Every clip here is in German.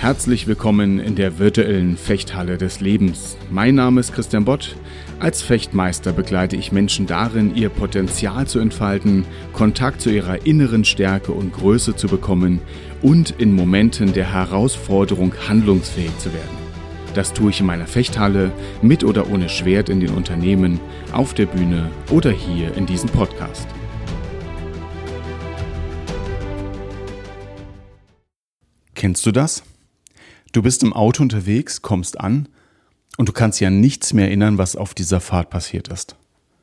Herzlich willkommen in der virtuellen Fechthalle des Lebens. Mein Name ist Christian Bott. Als Fechtmeister begleite ich Menschen darin, ihr Potenzial zu entfalten, Kontakt zu ihrer inneren Stärke und Größe zu bekommen und in Momenten der Herausforderung handlungsfähig zu werden. Das tue ich in meiner Fechthalle, mit oder ohne Schwert in den Unternehmen, auf der Bühne oder hier in diesem Podcast. Kennst du das? Du bist im Auto unterwegs, kommst an und du kannst dich an nichts mehr erinnern, was auf dieser Fahrt passiert ist.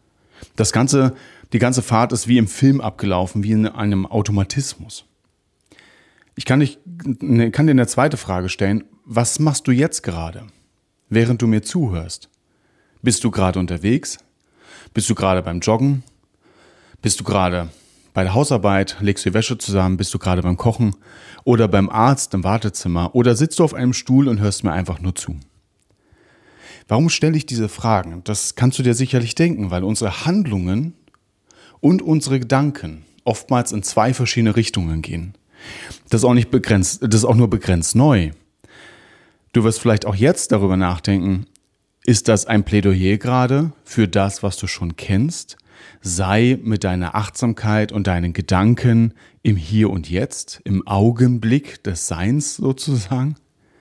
Die ganze Fahrt ist wie im Film abgelaufen, wie in einem Automatismus. Ich kann dir eine zweite Frage stellen. Was machst du jetzt gerade, während du mir zuhörst? Bist du gerade unterwegs? Bist du gerade beim Joggen? Bist du gerade bei der Hausarbeit? Legst du die Wäsche zusammen? Bist du gerade beim Kochen? Oder beim Arzt im Wartezimmer? Oder sitzt du auf einem Stuhl und hörst mir einfach nur zu? Warum stelle ich diese Fragen? Das kannst du dir sicherlich denken, weil unsere Handlungen und unsere Gedanken oftmals in zwei verschiedene Richtungen gehen. Das ist auch nicht begrenzt, das ist auch nur begrenzt neu. Du wirst vielleicht auch jetzt darüber nachdenken, ist das ein Plädoyer gerade für das, was du schon kennst? Sei mit deiner Achtsamkeit und deinen Gedanken im Hier und Jetzt, im Augenblick des Seins sozusagen.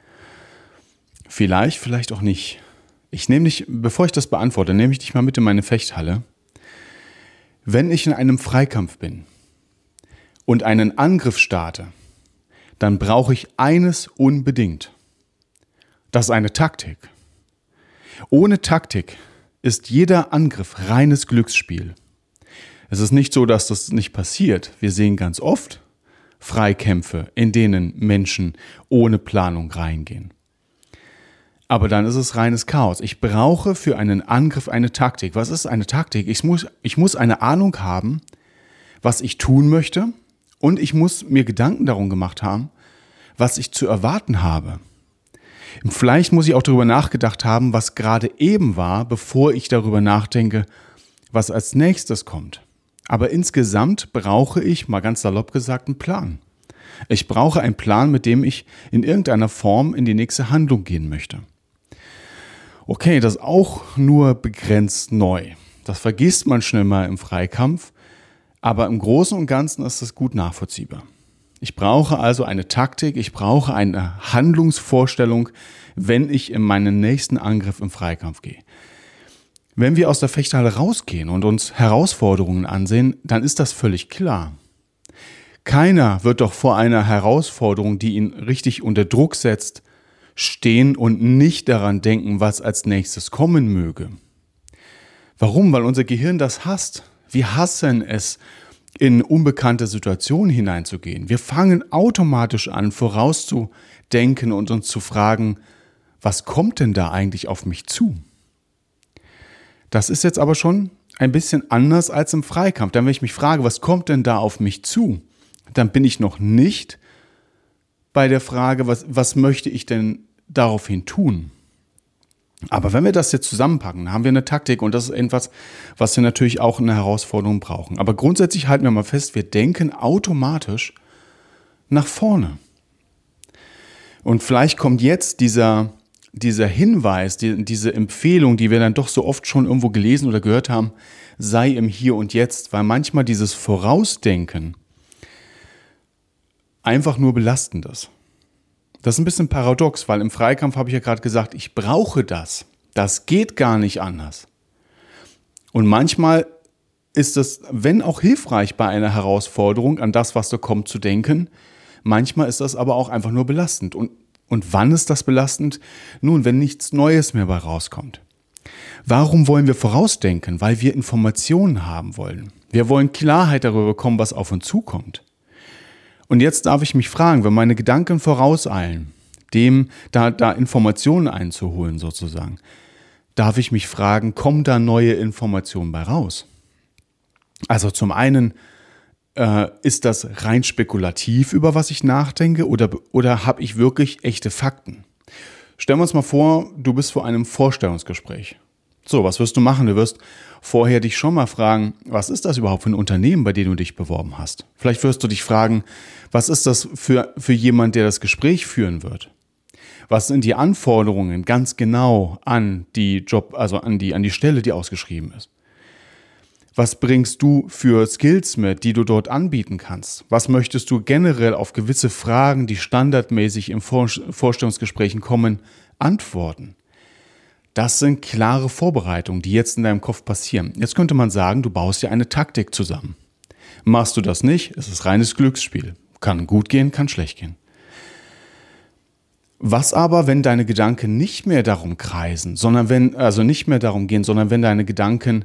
Vielleicht auch nicht. Bevor ich das beantworte, nehme ich dich mal mit in meine Fechthalle. Wenn ich in einem Freikampf bin und einen Angriff starte, dann brauche ich eines unbedingt. Das ist eine Taktik. Ohne Taktik ist jeder Angriff reines Glücksspiel. Es ist nicht so, dass das nicht passiert. Wir sehen ganz oft Freikämpfe, in denen Menschen ohne Planung reingehen. Aber dann ist es reines Chaos. Ich brauche für einen Angriff eine Taktik. Was ist eine Taktik? Ich muss eine Ahnung haben, was ich tun möchte, und ich muss mir Gedanken darum gemacht haben, was ich zu erwarten habe. Vielleicht muss ich auch darüber nachgedacht haben, was gerade eben war, bevor ich darüber nachdenke, was als nächstes kommt. Aber insgesamt brauche ich, mal ganz salopp gesagt, einen Plan. Ich brauche einen Plan, mit dem ich in irgendeiner Form in die nächste Handlung gehen möchte. Okay, das ist auch nur begrenzt neu. Das vergisst man schnell mal im Freikampf, aber im Großen und Ganzen ist das gut nachvollziehbar. Ich brauche also eine Taktik, ich brauche eine Handlungsvorstellung, wenn ich in meinen nächsten Angriff im Freikampf gehe. Wenn wir aus der Fechthalle rausgehen und uns Herausforderungen ansehen, dann ist das völlig klar. Keiner wird doch vor einer Herausforderung, die ihn richtig unter Druck setzt, stehen und nicht daran denken, was als nächstes kommen möge. Warum? Weil unser Gehirn das hasst. Wir hassen es, in unbekannte Situationen hineinzugehen. Wir fangen automatisch an, vorauszudenken und uns zu fragen, was kommt denn da eigentlich auf mich zu? Das ist jetzt aber schon ein bisschen anders als im Freikampf. Dann, wenn ich mich frage, was kommt denn da auf mich zu, dann bin ich noch nicht bei der Frage, was möchte ich denn daraufhin tun? Aber wenn wir das jetzt zusammenpacken, dann haben wir eine Taktik, und das ist etwas, was wir natürlich auch in der Herausforderung brauchen. Aber grundsätzlich halten wir mal fest, wir denken automatisch nach vorne. Und vielleicht kommt jetzt dieser Hinweis, diese Empfehlung, die wir dann doch so oft schon irgendwo gelesen oder gehört haben, sei im Hier und Jetzt, weil manchmal dieses Vorausdenken einfach nur belastend ist. Das ist ein bisschen paradox, weil im Freikampf habe ich ja gerade gesagt, ich brauche das. Das geht gar nicht anders. Und manchmal ist es, wenn auch hilfreich bei einer Herausforderung, an das, was da kommt, zu denken, manchmal ist das aber auch einfach nur belastend. Und wann ist das belastend? Nun, wenn nichts Neues mehr bei rauskommt. Warum wollen wir vorausdenken? Weil wir Informationen haben wollen. Wir wollen Klarheit darüber bekommen, was auf uns zukommt. Und jetzt darf ich mich fragen, wenn meine Gedanken vorauseilen, da Informationen einzuholen sozusagen, darf ich mich fragen, kommen da neue Informationen bei raus? Also zum einen, ist das rein spekulativ, über was ich nachdenke, oder habe ich wirklich echte Fakten? Stellen wir uns mal vor, du bist vor einem Vorstellungsgespräch. So, was wirst du machen? Du wirst vorher dich schon mal fragen, was ist das überhaupt für ein Unternehmen, bei dem du dich beworben hast? Vielleicht wirst du dich fragen, was ist das für jemand, der das Gespräch führen wird? Was sind die Anforderungen ganz genau an die also an die Stelle, die ausgeschrieben ist? Was bringst du für Skills mit, die du dort anbieten kannst? Was möchtest du generell auf gewisse Fragen, die standardmäßig in Vorstellungsgesprächen kommen, antworten? Das sind klare Vorbereitungen, die jetzt in deinem Kopf passieren. Jetzt könnte man sagen, du baust dir eine Taktik zusammen. Machst du das nicht, ist es reines Glücksspiel. Kann gut gehen, kann schlecht gehen. Was aber, wenn deine Gedanken nicht mehr darum kreisen, sondern wenn deine Gedanken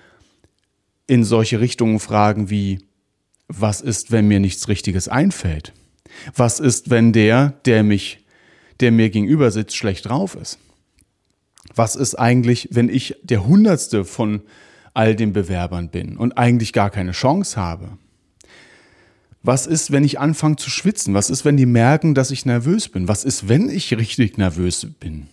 in solche Richtungen fragen wie, was ist, wenn mir nichts Richtiges einfällt? Was ist, wenn der mir gegenüber sitzt, schlecht drauf ist? Was ist eigentlich, wenn ich der Hundertste von all den Bewerbern bin und eigentlich gar keine Chance habe? Was ist, wenn ich anfange zu schwitzen? Was ist, wenn die merken, dass ich nervös bin? Was ist, wenn ich richtig nervös bin?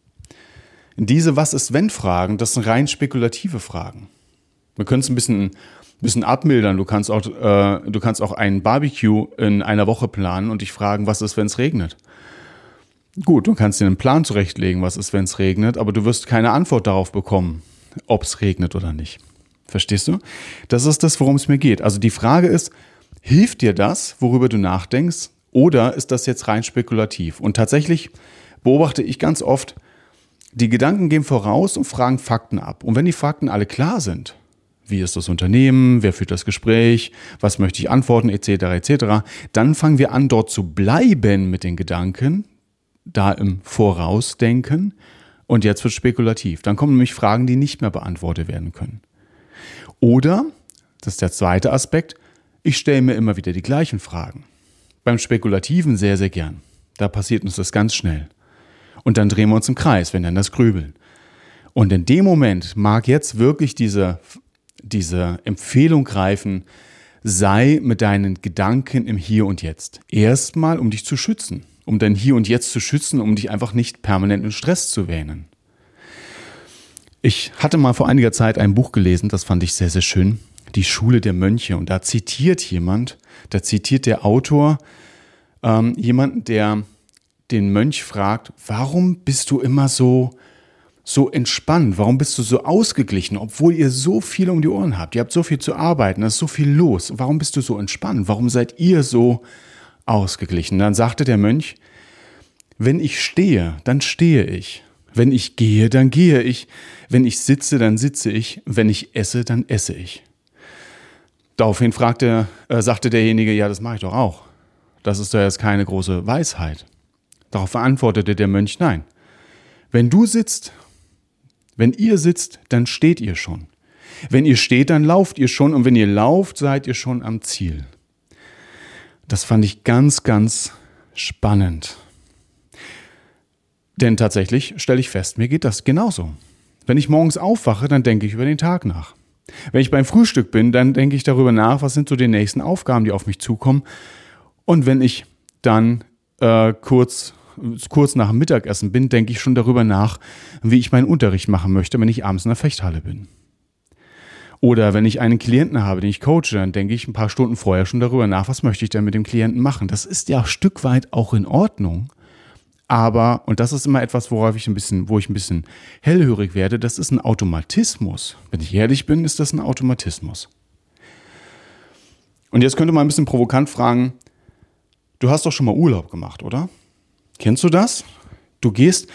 Diese Was-ist-wenn-Fragen, das sind rein spekulative Fragen. Wir können es ein bisschen abmildern. Du kannst auch ein Barbecue in einer Woche planen und dich fragen, was ist, wenn es regnet? Gut, du kannst dir einen Plan zurechtlegen, was ist, wenn es regnet, aber du wirst keine Antwort darauf bekommen, ob es regnet oder nicht. Verstehst du? Das ist das, worum es mir geht. Also die Frage ist, hilft dir das, worüber du nachdenkst, oder ist das jetzt rein spekulativ? Und tatsächlich beobachte ich ganz oft, die Gedanken gehen voraus und fragen Fakten ab. Und wenn die Fakten alle klar sind, wie ist das Unternehmen, wer führt das Gespräch, was möchte ich antworten, etc., dann fangen wir an, dort zu bleiben mit den Gedanken, da im Vorausdenken, und jetzt wird spekulativ. Dann kommen nämlich Fragen, die nicht mehr beantwortet werden können. Oder, das ist der zweite Aspekt, ich stelle mir immer wieder die gleichen Fragen. Beim Spekulativen sehr, sehr gern. Da passiert uns das ganz schnell. Und dann drehen wir uns im Kreis, wenn dann das Grübeln. Und in dem Moment mag jetzt wirklich diese Empfehlung greifen, sei mit deinen Gedanken im Hier und Jetzt. Erstmal, um dich zu schützen. Um dein Hier und Jetzt zu schützen, um dich einfach nicht permanent in Stress zu wähnen. Ich hatte mal vor einiger Zeit ein Buch gelesen, das fand ich sehr, sehr schön. Die Schule der Mönche. Und da zitiert der Autor jemanden, der den Mönch fragt, warum bist du immer so entspannt? Warum bist du so ausgeglichen, obwohl ihr so viel um die Ohren habt? Ihr habt so viel zu arbeiten, da ist so viel los. Warum bist du so entspannt? Warum seid ihr so ausgeglichen? Dann sagte der Mönch, wenn ich stehe, dann stehe ich. Wenn ich gehe, dann gehe ich. Wenn ich sitze, dann sitze ich. Wenn ich esse, dann esse ich. Daraufhin sagte derjenige, ja, das mache ich doch auch. Das ist doch jetzt keine große Weisheit. Darauf antwortete der Mönch, nein. Wenn ihr sitzt, dann steht ihr schon. Wenn ihr steht, dann lauft ihr schon. Und wenn ihr lauft, seid ihr schon am Ziel. Das fand ich ganz, ganz spannend. Denn tatsächlich stelle ich fest, mir geht das genauso. Wenn ich morgens aufwache, dann denke ich über den Tag nach. Wenn ich beim Frühstück bin, dann denke ich darüber nach, was sind so die nächsten Aufgaben, die auf mich zukommen. Und wenn ich dann kurz nach dem Mittagessen bin, denke ich schon darüber nach, wie ich meinen Unterricht machen möchte, wenn ich abends in der Fechthalle bin. Oder wenn ich einen Klienten habe, den ich coache, dann denke ich ein paar Stunden vorher schon darüber nach, was möchte ich denn mit dem Klienten machen. Das ist ja ein Stück weit auch in Ordnung. Aber, und das ist immer etwas, wo ich ein bisschen hellhörig werde, das ist ein Automatismus. Wenn ich ehrlich bin, ist das ein Automatismus. Und jetzt könnte man ein bisschen provokant fragen, du hast doch schon mal Urlaub gemacht, oder? Kennst du das? Du gehst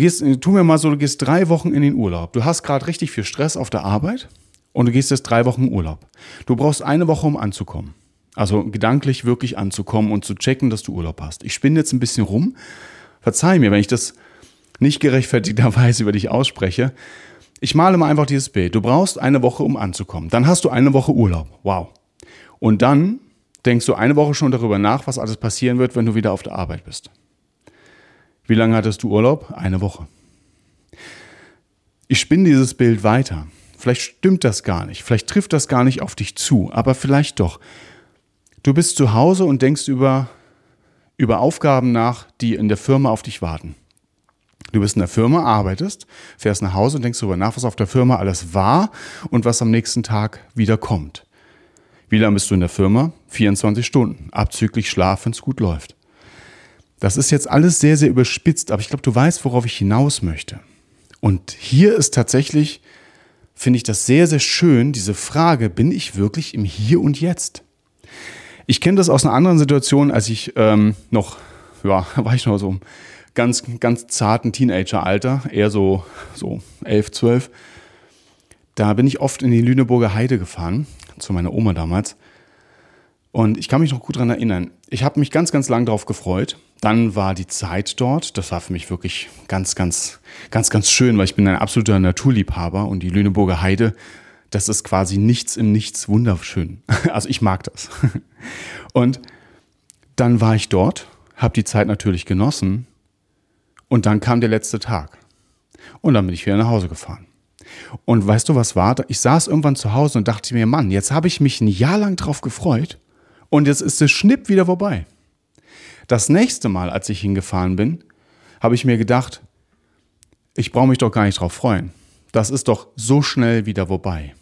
3 Wochen in den Urlaub. Du hast gerade richtig viel Stress auf der Arbeit und du gehst jetzt 3 Wochen in Urlaub. Du brauchst 1 Woche, um anzukommen. Also gedanklich wirklich anzukommen und zu checken, dass du Urlaub hast. Ich spinne jetzt ein bisschen rum. Verzeih mir, wenn ich das nicht gerechtfertigterweise über dich ausspreche. Ich male mal einfach dieses Bild. Du brauchst 1 Woche, um anzukommen. Dann hast du 1 Woche Urlaub. Wow. Und dann denkst du 1 Woche schon darüber nach, was alles passieren wird, wenn du wieder auf der Arbeit bist. Wie lange hattest du Urlaub? 1 Woche. Ich spinne dieses Bild weiter. Vielleicht stimmt das gar nicht. Vielleicht trifft das gar nicht auf dich zu. Aber vielleicht doch. Du bist zu Hause und denkst über Aufgaben nach, die in der Firma auf dich warten. Du bist in der Firma, arbeitest, fährst nach Hause und denkst darüber nach, was auf der Firma alles war und was am nächsten Tag wieder kommt. Wie lange bist du in der Firma? 24 Stunden, abzüglich Schlaf, wenn es gut läuft. Das ist jetzt alles sehr, sehr überspitzt, aber ich glaube, du weißt, worauf ich hinaus möchte. Und hier ist tatsächlich, finde ich das sehr, sehr schön, diese Frage, bin ich wirklich im Hier und Jetzt? Ich kenne das aus einer anderen Situation, als ich war ich noch so im ganz, ganz zarten Teenageralter, eher so 11, 12. Da bin ich oft in die Lüneburger Heide gefahren, zu meiner Oma damals. Und ich kann mich noch gut daran erinnern. Ich habe mich ganz, ganz lang darauf gefreut. Dann war die Zeit dort. Das war für mich wirklich ganz, ganz, ganz, ganz schön, weil ich bin ein absoluter Naturliebhaber und die Lüneburger Heide, das ist quasi nichts im Nichts wunderschön. Also ich mag das. Und dann war ich dort, habe die Zeit natürlich genossen und dann kam der letzte Tag. Und dann bin ich wieder nach Hause gefahren. Und weißt du, was war? Ich saß irgendwann zu Hause und dachte mir, Mann, jetzt habe ich mich ein Jahr lang drauf gefreut und jetzt ist der Schnipp wieder vorbei. Das nächste Mal, als ich hingefahren bin, habe ich mir gedacht, ich brauche mich doch gar nicht drauf freuen. Das ist doch so schnell wieder vorbei.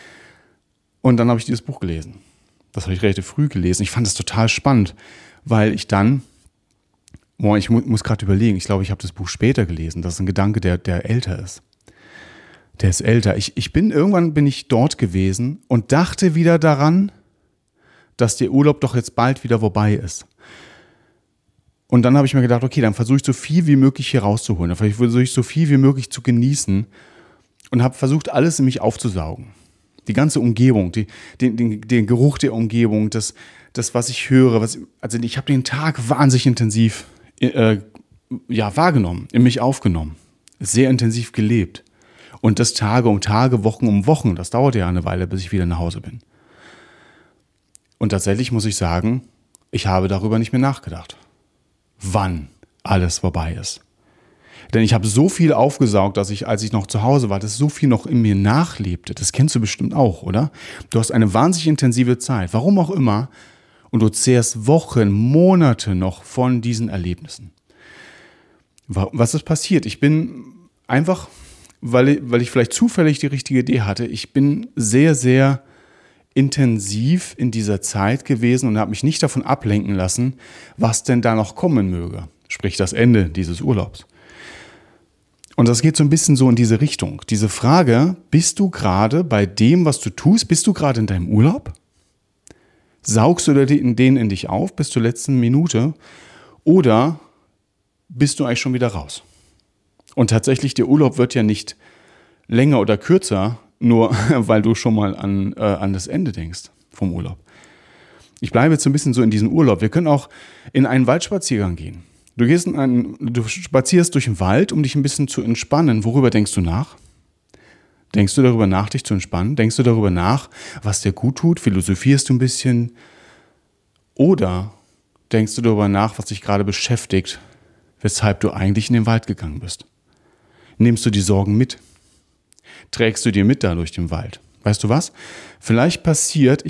Und dann habe ich dieses Buch gelesen. Das habe ich relativ früh gelesen. Ich fand das total spannend, weil ich dann, ich muss gerade überlegen, ich glaube, ich habe das Buch später gelesen. Das ist ein Gedanke, der älter ist. Der ist älter. Irgendwann bin ich dort gewesen und dachte wieder daran, dass der Urlaub doch jetzt bald wieder vorbei ist. Und dann habe ich mir gedacht, okay, dann versuche ich so viel wie möglich hier rauszuholen. Dann versuche ich so viel wie möglich zu genießen und habe versucht, alles in mich aufzusaugen. Die ganze Umgebung, den Geruch der Umgebung, das was ich höre. Ich habe den Tag wahnsinnig intensiv wahrgenommen, in mich aufgenommen, sehr intensiv gelebt. Und das Tage um Tage, Wochen um Wochen. Das dauerte ja eine Weile, bis ich wieder nach Hause bin. Und tatsächlich muss ich sagen, ich habe darüber nicht mehr nachgedacht, wann alles vorbei ist. Denn ich habe so viel aufgesaugt, dass als ich noch zu Hause war, dass so viel noch in mir nachlebte. Das kennst du bestimmt auch, oder? Du hast eine wahnsinnig intensive Zeit, warum auch immer, und du zehrst Wochen, Monate noch von diesen Erlebnissen. Was ist passiert? Ich bin einfach, weil ich vielleicht zufällig die richtige Idee hatte, ich bin sehr, sehr intensiv in dieser Zeit gewesen und habe mich nicht davon ablenken lassen, was denn da noch kommen möge. Sprich das Ende dieses Urlaubs. Und das geht so ein bisschen so in diese Richtung. Diese Frage, bist du gerade bei dem, was du tust, bist du gerade in deinem Urlaub? Saugst du den in dich auf bis zur letzten Minute oder bist du eigentlich schon wieder raus? Und tatsächlich, der Urlaub wird ja nicht länger oder kürzer, nur weil du schon mal an das Ende denkst vom Urlaub. Ich bleibe jetzt so ein bisschen so in diesem Urlaub. Wir können auch in einen Waldspaziergang gehen. Du spazierst durch den Wald, um dich ein bisschen zu entspannen. Worüber denkst du nach? Denkst du darüber nach, dich zu entspannen? Denkst du darüber nach, was dir gut tut? Philosophierst du ein bisschen? Oder denkst du darüber nach, was dich gerade beschäftigt, weshalb du eigentlich in den Wald gegangen bist? Nimmst du die Sorgen mit? Trägst du dir mit da durch den Wald? Weißt du was? Vielleicht passiert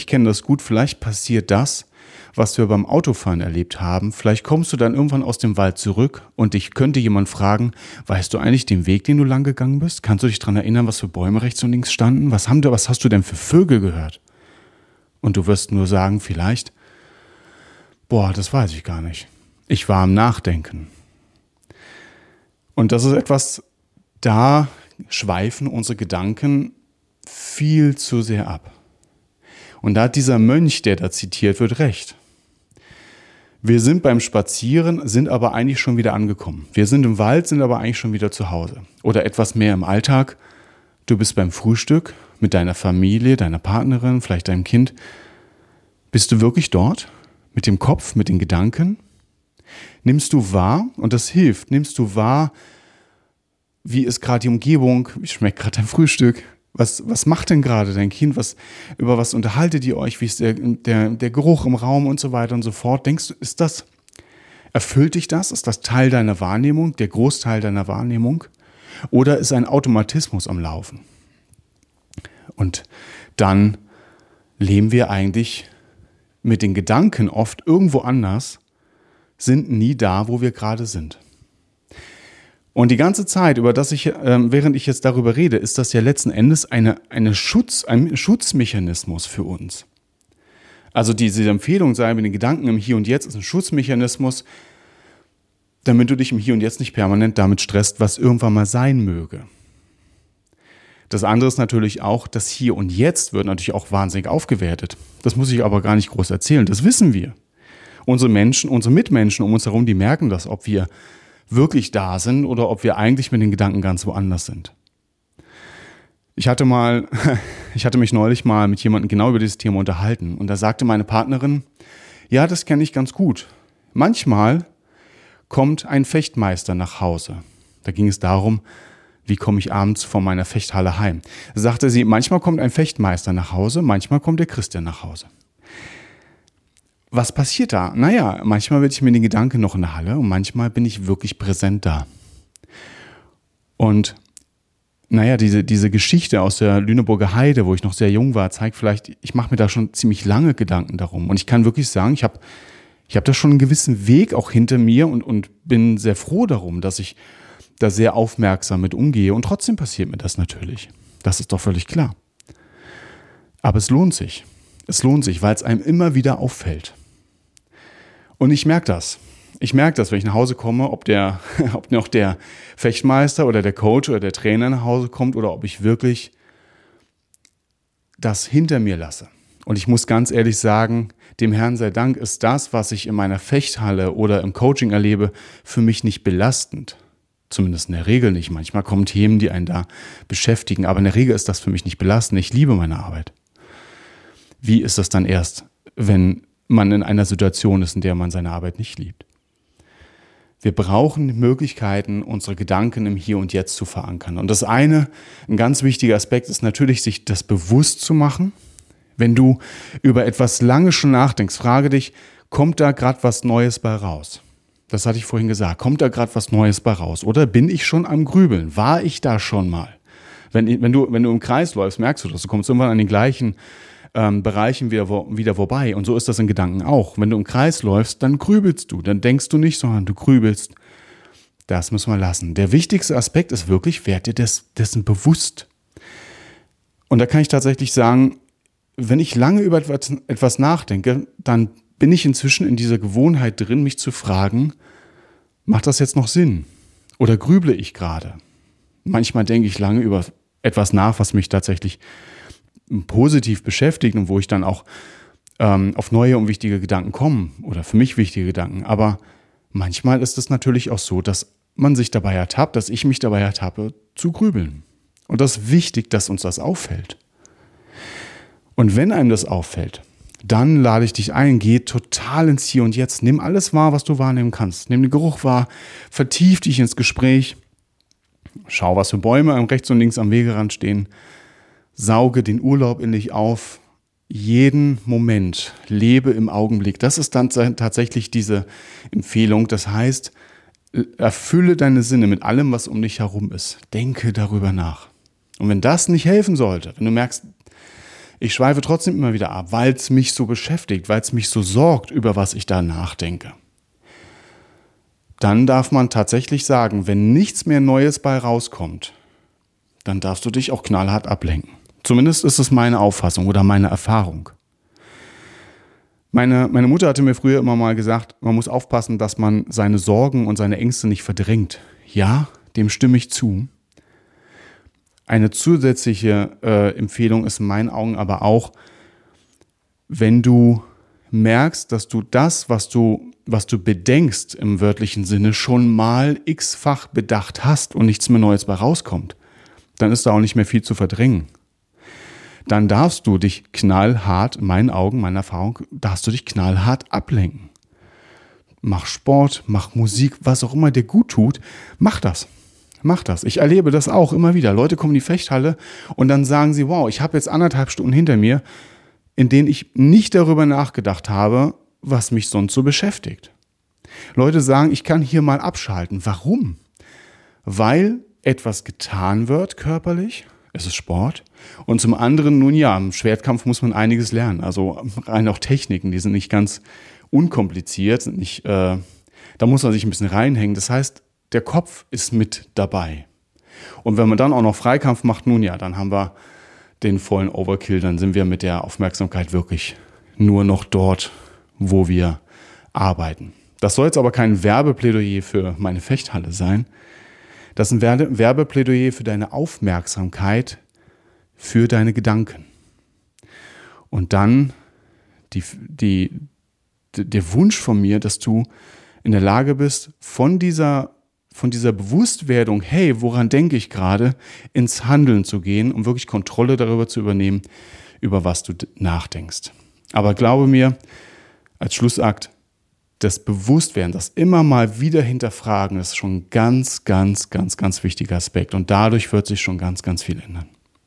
das, was wir beim Autofahren erlebt haben. Vielleicht kommst du dann irgendwann aus dem Wald zurück und dich könnte jemand fragen, weißt du eigentlich den Weg, den du lang gegangen bist? Kannst du dich daran erinnern, was für Bäume rechts und links standen? Was hast du denn für Vögel gehört? Und du wirst nur sagen, vielleicht, das weiß ich gar nicht. Ich war am Nachdenken. Und das ist etwas, da schweifen unsere Gedanken viel zu sehr ab. Und da hat dieser Mönch, der da zitiert wird, recht. Wir sind beim Spazieren, sind aber eigentlich schon wieder angekommen. Wir sind im Wald, sind aber eigentlich schon wieder zu Hause. Oder etwas mehr im Alltag. Du bist beim Frühstück mit deiner Familie, deiner Partnerin, vielleicht deinem Kind. Bist du wirklich dort? Mit dem Kopf, mit den Gedanken? Nimmst du wahr, und das hilft, wie ist gerade die Umgebung, wie schmeckt gerade dein Frühstück? Was macht denn gerade dein Kind? Über was unterhaltet ihr euch? Wie ist der Geruch im Raum und so weiter und so fort? Denkst du, erfüllt dich das? Ist das Teil deiner Wahrnehmung, der Großteil deiner Wahrnehmung? Oder ist ein Automatismus am Laufen? Und dann leben wir eigentlich mit den Gedanken oft irgendwo anders, sind nie da, wo wir gerade sind. Und die ganze Zeit, während ich jetzt darüber rede, ist das ja letzten Endes ein Schutzmechanismus für uns. Also diese Empfehlung, sei mit den Gedanken im Hier und Jetzt, ist ein Schutzmechanismus, damit du dich im Hier und Jetzt nicht permanent damit stresst, was irgendwann mal sein möge. Das andere ist natürlich auch, das Hier und Jetzt wird natürlich auch wahnsinnig aufgewertet. Das muss ich aber gar nicht groß erzählen, das wissen wir. Unsere Menschen, unsere Mitmenschen um uns herum, die merken das, ob wir wirklich da sind oder ob wir eigentlich mit den Gedanken ganz woanders sind. Ich hatte mich neulich mal mit jemandem genau über dieses Thema unterhalten und da sagte meine Partnerin, ja, das kenne ich ganz gut. Manchmal kommt ein Fechtmeister nach Hause. Da ging es darum, wie komme ich abends von meiner Fechthalle heim. Da sagte sie, manchmal kommt ein Fechtmeister nach Hause, manchmal kommt der Christian nach Hause. Was passiert da? Naja, manchmal bin ich mit den Gedanken noch in der Halle und manchmal bin ich wirklich präsent da. Und naja, diese Geschichte aus der Lüneburger Heide, wo ich noch sehr jung war, zeigt vielleicht, ich mache mir da schon ziemlich lange Gedanken darum. Und ich kann wirklich sagen, ich hab da schon einen gewissen Weg auch hinter mir und bin sehr froh darum, dass ich da sehr aufmerksam mit umgehe. Und trotzdem passiert mir das natürlich. Das ist doch völlig klar. Aber es lohnt sich. Es lohnt sich, weil es einem immer wieder auffällt. Und ich merke das. Ich merke das, wenn ich nach Hause komme, ob noch der Fechtmeister oder der Coach oder der Trainer nach Hause kommt oder ob ich wirklich das hinter mir lasse. Und ich muss ganz ehrlich sagen, dem Herrn sei Dank ist das, was ich in meiner Fechthalle oder im Coaching erlebe, für mich nicht belastend. Zumindest in der Regel nicht. Manchmal kommen Themen, die einen da beschäftigen, aber in der Regel ist das für mich nicht belastend. Ich liebe meine Arbeit. Wie ist das dann erst, wenn man in einer Situation ist, in der man seine Arbeit nicht liebt? Wir brauchen Möglichkeiten, unsere Gedanken im Hier und Jetzt zu verankern. Und das eine, ein ganz wichtiger Aspekt ist natürlich, sich das bewusst zu machen. Wenn du über etwas lange schon nachdenkst, frage dich, kommt da gerade was Neues bei raus? Das hatte ich vorhin gesagt. Kommt da gerade was Neues bei raus? Oder bin ich schon am Grübeln? War ich da schon mal? Wenn du im Kreis läufst, merkst du das. Du kommst irgendwann an den gleichen Bereichen wieder vorbei. Und so ist das in Gedanken auch. Wenn du im Kreis läufst, dann grübelst du. Dann denkst du nicht, sondern du grübelst. Das müssen wir lassen. Der wichtigste Aspekt ist wirklich, werd dir dessen bewusst. Und da kann ich tatsächlich sagen, wenn ich lange über etwas nachdenke, dann bin ich inzwischen in dieser Gewohnheit drin, mich zu fragen, macht das jetzt noch Sinn? Oder grüble ich gerade? Manchmal denke ich lange über etwas nach, was mich tatsächlich positiv beschäftigt und wo ich dann auch auf neue und wichtige Gedanken komme oder für mich wichtige Gedanken. Aber manchmal ist es natürlich auch so, dass man sich dabei ertappt, dass ich mich dabei ertappe, zu grübeln. Und das ist wichtig, dass uns das auffällt. Und wenn einem das auffällt, dann lade ich dich ein, geh total ins Hier und Jetzt. Nimm alles wahr, was du wahrnehmen kannst. Nimm den Geruch wahr, vertief dich ins Gespräch. Schau, was für Bäume rechts und links am Wegerand stehen. Sauge den Urlaub in dich auf. Jeden Moment lebe im Augenblick. Das ist dann tatsächlich diese Empfehlung. Das heißt, erfülle deine Sinne mit allem, was um dich herum ist. Denke darüber nach. Und wenn das nicht helfen sollte, wenn du merkst, ich schweife trotzdem immer wieder ab, weil es mich so beschäftigt, weil es mich so sorgt, über was ich da nachdenke, dann darf man tatsächlich sagen, wenn nichts mehr Neues bei rauskommt, dann darfst du dich auch knallhart ablenken. Zumindest ist es meine Auffassung oder meine Erfahrung. Meine Mutter hatte mir früher immer mal gesagt, man muss aufpassen, dass man seine Sorgen und seine Ängste nicht verdrängt. Ja, dem stimme ich zu. Eine zusätzliche Empfehlung ist in meinen Augen aber auch, wenn du merkst, dass du das, was du bedenkst im wörtlichen Sinne, schon mal x-fach bedacht hast und nichts mehr Neues bei rauskommt, dann ist da auch nicht mehr viel zu verdrängen. Dann darfst du dich knallhart, in meinen Augen, meiner Erfahrung, darfst du dich knallhart ablenken. Mach Sport, mach Musik, was auch immer dir gut tut, mach das. Mach das. Ich erlebe das auch immer wieder. Leute kommen in die Fechthalle und dann sagen sie, wow, ich habe jetzt 1,5 Stunden hinter mir, in denen ich nicht darüber nachgedacht habe, was mich sonst so beschäftigt. Leute sagen, ich kann hier mal abschalten. Warum? Weil etwas getan wird körperlich, es ist Sport. Und zum anderen, nun ja, im Schwertkampf muss man einiges lernen. Also rein auch Techniken, die sind nicht ganz unkompliziert. Da muss man sich ein bisschen reinhängen. Das heißt, der Kopf ist mit dabei. Und wenn man dann auch noch Freikampf macht, nun ja, dann haben wir den vollen Overkill. Dann sind wir mit der Aufmerksamkeit wirklich nur noch dort, wo wir arbeiten. Das soll jetzt aber kein Werbeplädoyer für meine Fechthalle sein. Das ist ein Werbeplädoyer für deine Aufmerksamkeit, für deine Gedanken. Und dann der Wunsch von mir, dass du in der Lage bist, von dieser Bewusstwerdung, hey, woran denke ich gerade, ins Handeln zu gehen, um wirklich Kontrolle darüber zu übernehmen, über was du nachdenkst. Aber glaube mir, als Schlussakt, das Bewusstwerden, das immer mal wieder hinterfragen, ist schon ein ganz, ganz, ganz, ganz wichtiger Aspekt. Und dadurch wird sich schon ganz, ganz viel ändern.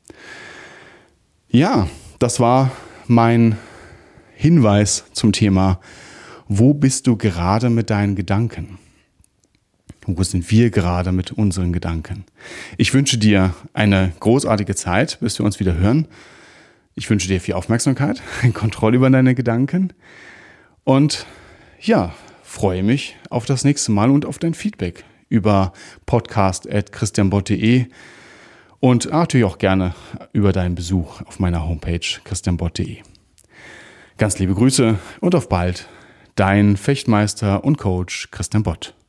Ja, das war mein Hinweis zum Thema, wo bist du gerade mit deinen Gedanken? Wo sind wir gerade mit unseren Gedanken? Ich wünsche dir eine großartige Zeit, bis wir uns wieder hören. Ich wünsche dir viel Aufmerksamkeit, Kontrolle über deine Gedanken und ja, freue mich auf das nächste Mal und auf dein Feedback über podcast@christianbott.de und natürlich auch gerne über deinen Besuch auf meiner Homepage christianbott.de. Ganz liebe Grüße und auf bald, dein Fechtmeister und Coach Christian Bott.